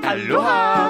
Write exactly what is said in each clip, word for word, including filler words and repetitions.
Aloha!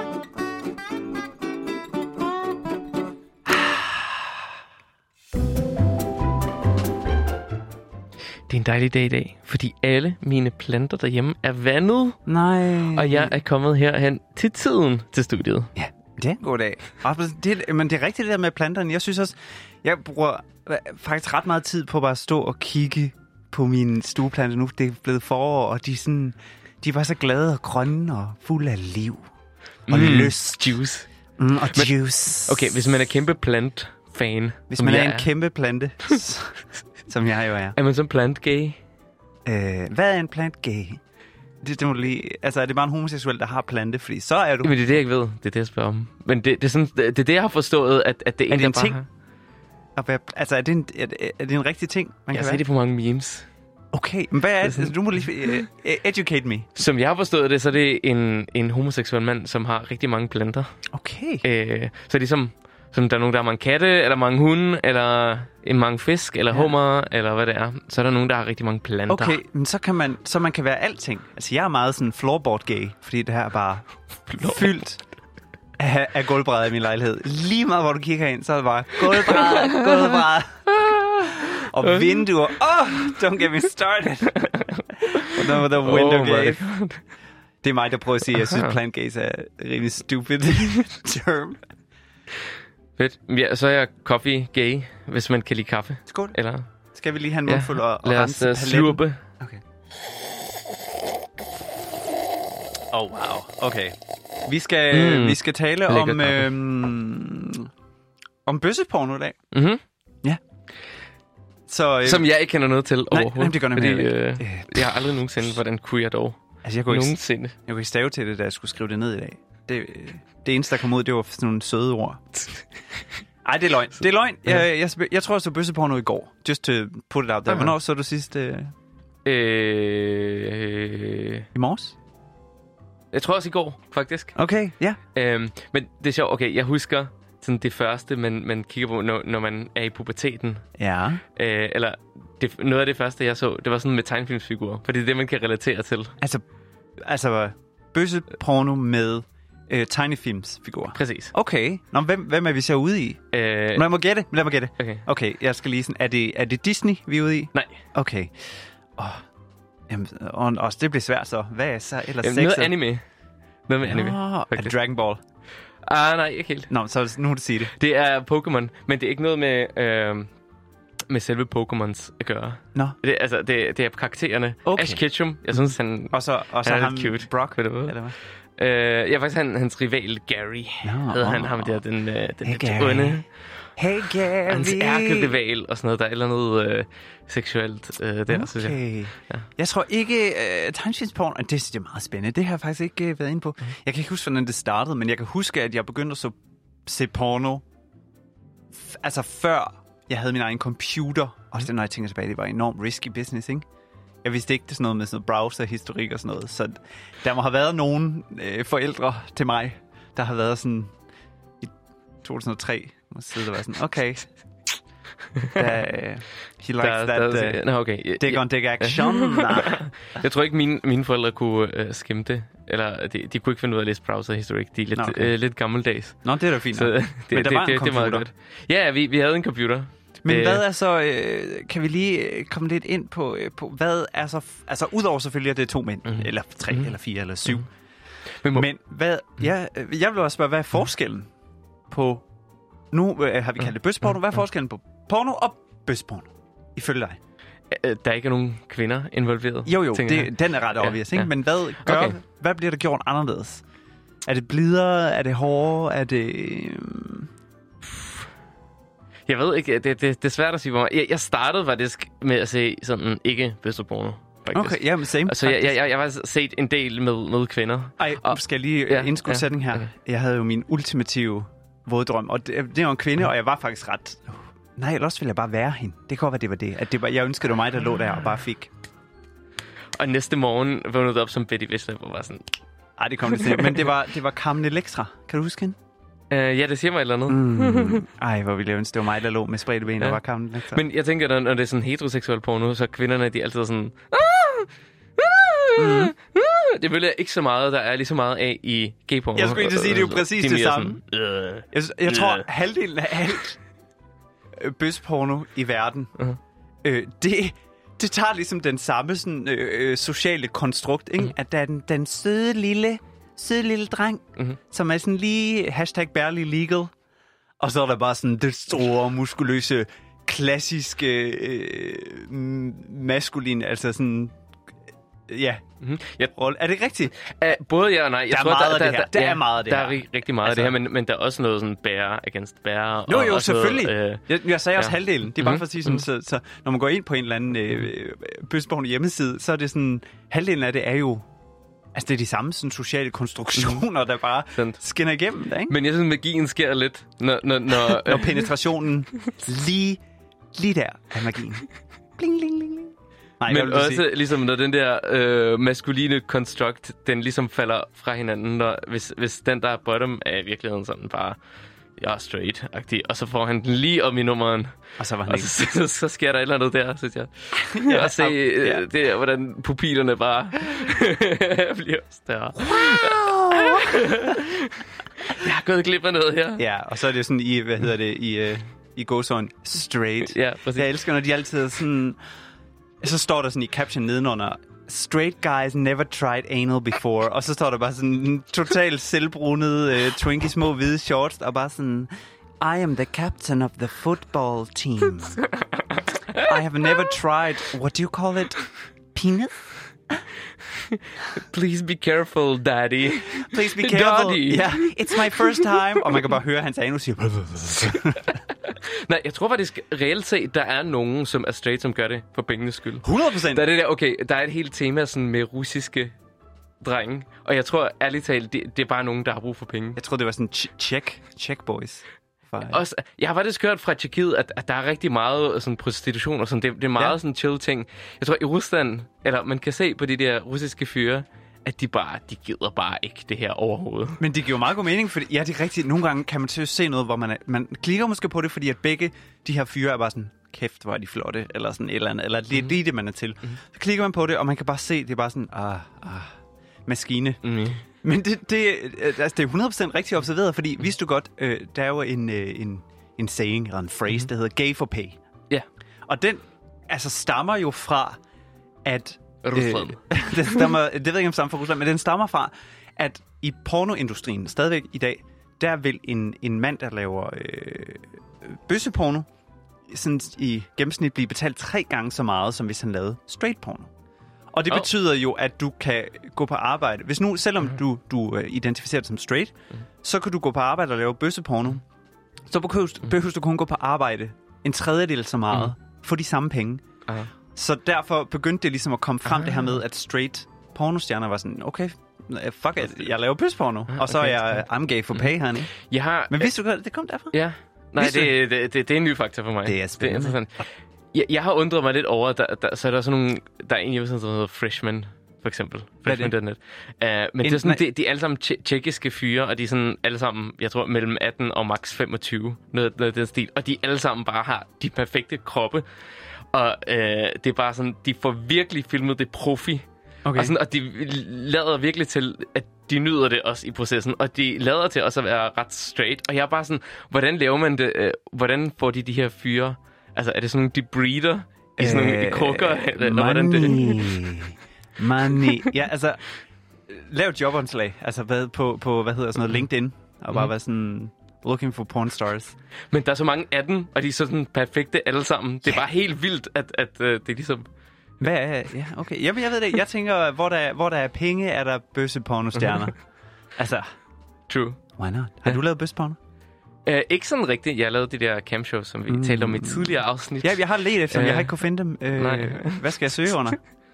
Det er en dejlig dag i dag, fordi alle mine planter derhjemme er vandet. Nej. Og jeg er kommet herhen til tiden til studiet. Ja, det er en god dag. Det, men det er rigtigt det der med planterne. Jeg synes også, jeg bruger faktisk ret meget tid på bare at stå og kigge på mine stueplanter nu. Det er blevet forår, og de er sådan, de var så glade og grønne og fulde af liv. Og mm, lyst. Juice. Mm, og men, juice. Okay, hvis man er kæmpe plant-fan. Hvis man er en er. kæmpe plante, som jeg jo er. Er man så plant-gay? Øh, hvad er en plant-gay? Det, det må lige, altså, er det bare en homoseksuel, der har plante? Fordi så er du... Men det er det, jeg ikke ved. Det er det, jeg spørger om. Men det, det, er, sådan, det er det, jeg har forstået, at, at det er, er en, det en der ting? bare har... Altså, er det en, er, er det en rigtig ting, man jeg kan ser være? det på mange memes. Okay, men hvad er det? Altså, du må lige uh, educate me. Som jeg har forstået det, så er det en, en homoseksuel mand, som har rigtig mange planter. Okay. Øh, så er det som, som der er nogen, der har mange katte, eller mange hunde, eller en mange fisk, eller ja. hummer, eller hvad det er. Så er der nogen, der har rigtig mange planter. Okay, men så kan man, så man kan være alting. Altså, jeg er meget sådan floorboard-gay, fordi det her er bare fyldt af, af gulvbrædder i min lejlighed. Lige meget, hvor du kigger ind, så er det bare gulvbrædder, gulvbrædder. Og vinduer. Oh, don't get me started. No, the window oh gay. Det er mig, der prøver at sige, at jeg synes, plant gays er en rimelig stupid term. Fedt. Ja, så er jeg coffee gay, hvis man kan lide kaffe. Skål. Eller... Skal vi lige have en mundfuld ja, og, og lad os uh, slurpe. Okay. Oh, wow. Okay. Vi skal, mm. vi skal tale om, øhm, om bøsseporno i dag. Mhm. Ja. Så, øh, som jeg ikke kender noget til nej, overhovedet. Nej, det gør fordi, øh, jeg har aldrig nogensinde, hvordan kunne jeg dog? Altså, jeg kunne nogensinde. Ikke, jeg kunne ikke stave til det, da jeg skulle skrive det ned i dag. Det, det eneste, der kom ud, det var sådan nogle søde ord. Ej, det er løgn. Det er løgn. Jeg, jeg, jeg, jeg tror, jeg så bøsseporno i går. Just to put it out there. Hvornår så du sidst? Øh... Øh... I morges? Jeg tror også i går, faktisk. Okay, ja. Øhm, men det er sjovt. Okay, jeg husker sådan det første, man, man kigger på, når, når man er i puberteten. Ja. Øh, eller det, noget af det første, jeg så, det var sådan med tegnefilmsfigurer. For det er det, man kan relatere til. Altså, altså bøsseporno med øh, tegnefilmsfigurer? Præcis. Okay. Nå, hvem, hvem er vi så ude i? Øh... Lad mig gætte. Lad mig gætte. Okay. Okay, jeg skal lige sådan... Er det, er det Disney, vi er ude i? Nej. Okay. Åh. Jamen, og, og det bliver svært så. Hvad er så ellers sexet? Noget anime. Noget med anime. Nå, er det Dragon Ball? Ah, nej, ikke helt. Nå, så nu må du sige det. Det er Pokémon, men det er ikke noget med, øh, med selve Pokémons at gøre. Nå. Det, altså, det, det er karaktererne. Okay. Ash Ketchum, jeg synes, han, og så, og så han er ham lidt cute. Brock, eller hvad? Eller hvad? Øh, ja, faktisk han, hans rival, Gary. Nå, havde oh, han ham der, den, øh, den hey, lidt onde. Hey, Gary. Hans ærkerival og sådan noget. Der er et eller andet øh, seksuelt øh, der, okay. synes jeg. Ja. Jeg tror ikke, uh, tegnefilmsporno, det, det er meget spændende. Det har jeg faktisk ikke uh, været inde på. Mm. Jeg kan ikke huske, hvordan det startede, men jeg kan huske, at jeg begyndte at så, se porno, f- altså før jeg havde min egen computer. Og det, når jeg tænker tilbage, det var enormt risky business, ikke? Jeg vidste ikke, det er sådan noget med sådan noget browser-historik og sådan noget. Så der må have været nogen øh, forældre til mig, der har været sådan i to tusind og tre, må sidde og være sådan, okay, da, uh, he likes der, that der, uh, no, okay. dick on dick action. Nah. Jeg tror ikke, mine, mine forældre kunne øh, skimme det. Eller de, de kunne ikke finde ud af at læse browser-historik. De er lidt, okay. øh, lidt gammeldags. Nå, det er da fint. Så, det, Men der det, var en det, det er meget godt. Ja, vi, vi havde en computer. Men øh, hvad er så, øh, kan vi lige komme lidt ind på, øh, på hvad er så, altså udover selvfølgelig, at det er to mænd, mm-hmm. eller tre, mm-hmm. eller fire, eller syv. Mm-hmm. Men, må... Men hvad, ja, jeg vil også spørge, hvad er forskellen på, nu øh, har vi kaldt det bøsseporno, hvad er forskellen på porno og bøsseporno, ifølge dig? Der er ikke nogen kvinder involveret. Jo, jo, det, den er ret obvious, ja, ikke? Ja. Men hvad, gør, okay. hvad bliver der gjort anderledes? Er det blidere? Er det hårdere? Er det... Øh... Jeg ved ikke, det, det, det er svært at sige, hvor meget. Jeg, jeg startede faktisk med at se sådan ikke bøsseporno. Okay, ja, men same. Altså, jeg, jeg, jeg, jeg har set en del med, med kvinder. Ej, og, skal jeg lige ja, indskudt ja, sætning her? Okay. Jeg havde jo min ultimative våddrøm, og det, det var en kvinde, okay. og jeg var faktisk ret... Nej, ellers ville jeg bare være hende. Det kan godt være, det var det. At det var, jeg ønskede, det var mig, der lå der og bare fik. Og næste morgen vågnede op som Betty Whistler og var sådan... Ej, det kom lidt til. Men det var, det var Carmen Electra. Kan du huske hende? Uh, ja, det siger mig et eller andet. Mm. Ej, hvor ville jeg ønske, det var mig, der lå med spredte ben, ja. og var Carmen Electra. Men jeg tænker, når, når det er sådan heteroseksuel porno, så kvinderne, de er altid sådan... Mm. Det vil jeg ikke så meget, der er lige så meget af i gay-porno. Jeg skulle ikke sige, det er jo præcis de det mere samme. Sådan, øh, Jeg, jeg tror, øh. halvdelen af alt øh, bøsporno i verden, Uh-huh. øh, det, det tager ligesom den samme sådan, øh, øh, sociale konstrukt, ikke? Uh-huh. At der er den, den søde lille, søde lille dreng, uh-huh. som er sådan lige hashtag barely legal, og så er der bare sådan det store, muskuløse, klassiske, øh, maskulin, altså sådan... Ja. Mm-hmm. Jeg, er det ikke rigtigt? Uh, både ja og nej. Jeg der tror, er meget der, af det her. Der, der ja, er meget af det der her. Der er rigtig meget altså, af det her, men, men der er også noget sådan bear against bear. Jo, og, jo, og selvfølgelig. Noget, øh, jeg, jeg sagde også ja. halvdelen. Det er bare mm-hmm. for at sige sådan, mm-hmm. så, så når man går ind på en eller anden øh, bøsborn hjemmeside, så er det sådan, halvdelen af det er jo, altså det er de samme sådan, sociale konstruktioner, der bare Sendt. skinner igennem det, ikke? Men jeg synes, magien sker lidt, når... Når, når, når penetrationen lige, lige der er magien. Bling, bling, bling. Nej, men også sige? Ligesom når den der øh, maskuline construct, den ligesom falder fra hinanden, når, hvis, hvis den der bottom er i virkeligheden sådan bare, ja, straight-agtig, og så får han den lige om i nummeren. Og så var han og ikke. Så, så, så sker der et eller andet der, synes jeg. Ja, og se, ja. øh, det er, hvordan pupillerne bare bliver større. Wow! Jeg har gået glip af noget her. Ja, og så er det sådan i, hvad hedder det, i, uh, i gåsøjne, straight. Ja, præcis. Jeg elsker, når de altid er sådan... Så står der sådan i caption nedenunder, straight guys never tried anal before. Og så står der bare sådan en totalt selvbrunet uh, Twinkie små hvide shorts, og bare sådan, I am the captain of the football team. I have never tried, what do you call it? Penis? Please be careful, daddy. Please be careful. Daddy. Yeah, it's my first time. Og man kan bare høre hans anus sige... Nej, jeg tror faktisk reelt set, der er nogen, som er straight, som gør det for pengenes skyld. hundrede procent. Der er det der, okay, der er et helt tema sådan med russiske drenge. Og jeg tror ærligt talt, det, det er bare nogen, der har brug for penge. Jeg tror det var sådan check, check boys. Også, jeg har faktisk hørt fra Tjekkiet, at, at der er rigtig meget sådan, prostitution og sådan. Det, det er meget ja. sådan chill ting. Jeg tror i Rusland, eller man kan se på de der russiske fyre, at de bare, de gider bare ikke det her overhovedet. Men det giver jo meget god mening, fordi ja, det er rigtigt. Nogle gange kan man til at se noget, hvor man, er, man klikker måske på det, fordi at begge de her fyre er bare sådan, kæft, hvor er de flotte, eller sådan et eller andet, eller det er lige det, man er til. Mm-hmm. Så klikker man på det, og man kan bare se, det er bare sådan, ah, ah, maskine. Mm-hmm. Men det, det, altså, det er hundrede procent rigtigt observeret, fordi mm-hmm. vidste du godt, øh, der er jo en, øh, en, en saying, eller en phrase, mm-hmm. der hedder gay for pay. Ja. Og den altså stammer jo fra, at... Rusland. Øh, den stammer, det ved jeg ikke, om stammer fra Rusland, men den stammer fra, at i pornoindustrien, stadigvæk i dag, der vil en, en mand, der laver øh, bøsseporno, sådan i gennemsnit blive betalt tre gange så meget, som hvis han lavede straight porno. Og det oh. betyder jo, at du kan gå på arbejde. Hvis nu, selvom mm-hmm. du, du uh, identificerer dig som straight, mm-hmm. så kan du gå på arbejde og lave bøsseporno. Mm-hmm. Så behøver, behøver du kun gå på arbejde en tredjedel så meget, mm-hmm. for de samme penge. Uh-huh. Så derfor begyndte det ligesom at komme frem uh-huh. det her med, at straight pornostjerner var sådan, okay, fuck it, jeg laver bøsseporno, uh-huh. og så er jeg I'm gay for pay, honey. Jeg har, Men vidste du godt, det kom derfra? Ja. Nej, det, det, det, det er en ny faktor for mig. Det er spændende. Det er Jeg, jeg har undret mig lidt over, der, der, så er der sådan nogle, der er en hjemmeside, der hedder Freshman, for eksempel. Freshman punktum net. Uh, men en, det er sådan, de, de er alle sammen tje- tjekkiske fyre, og de er sådan alle sammen, jeg tror, mellem atten og max femogtyve, noget, noget af den stil. Og de alle sammen bare har de perfekte kroppe. Og uh, det er bare sådan, de får virkelig filmet det profi. Okay. Og, sådan, og de lader virkelig til, at de nyder det også i processen, og de lader til også at være ret straight. Og jeg er bare sådan, hvordan laver man det? Uh, hvordan får de de her fyre? Altså, er det sådan nogle, de breeder i sådan nogle øh, krukker? Eller money. Hvordan det? Money. Ja, altså, lav et jobåndslag. Altså, hvad, på, på, hvad hedder sådan noget, LinkedIn. Og bare mm. være sådan, looking for porn stars. Men der er så mange af dem, og de er sådan perfekte alle sammen. Det er yeah. bare helt vildt, at, at uh, det er ligesom... Hvad er... Ja, okay. Jamen, jeg ved det. Jeg tænker, hvor der, hvor der er penge, er der bøssepornostjerner. Altså... True. Why not? Har ja. du lavet bøsseporno? Uh, ikke sådan rigtigt. Jeg har lavet de der camshows, som vi mm. talte om i tidligere afsnit. Ja, jeg har let efter dem. Uh, jeg har ikke kunne finde dem. Uh, nej. Hvad skal jeg søge under?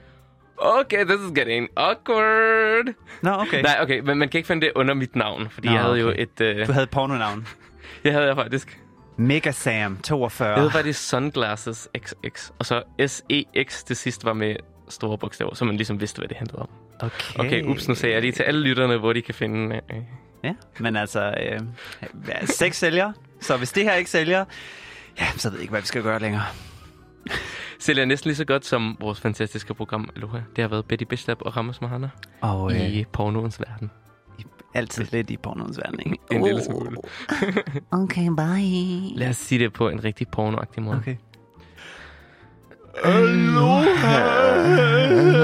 Okay, this is getting awkward. Nå, no, okay. Nej, okay, men man kan ikke finde det under mit navn, fordi no, jeg havde okay. jo et... Uh... Du havde et pornonavn. Jeg havde jeg faktisk. Megasam toogfyrre. Jeg havde faktisk Sunglasses X X, og så S E X til sidst var med store bogstaver, så man ligesom vidste, hvad det handlede om. Okay. Okay, ups, nu sagde jeg lige til alle lytterne, hvor de kan finde... Uh... Ja, men altså, øh, seks sælger. Så hvis det her ikke sælger, ja, så ved jeg ikke, hvad vi skal gøre længere. sælger næsten lige så godt som vores fantastiske program Aloha. Det har været Betty Bishop og Ramos Mahana og, i øh, pornoens verden. Altid lidt i pornoens verden, ikke? En lille smule. Okay, bye. Lad os sige det på en rigtig pornoagtig måde. Okay. Aloha!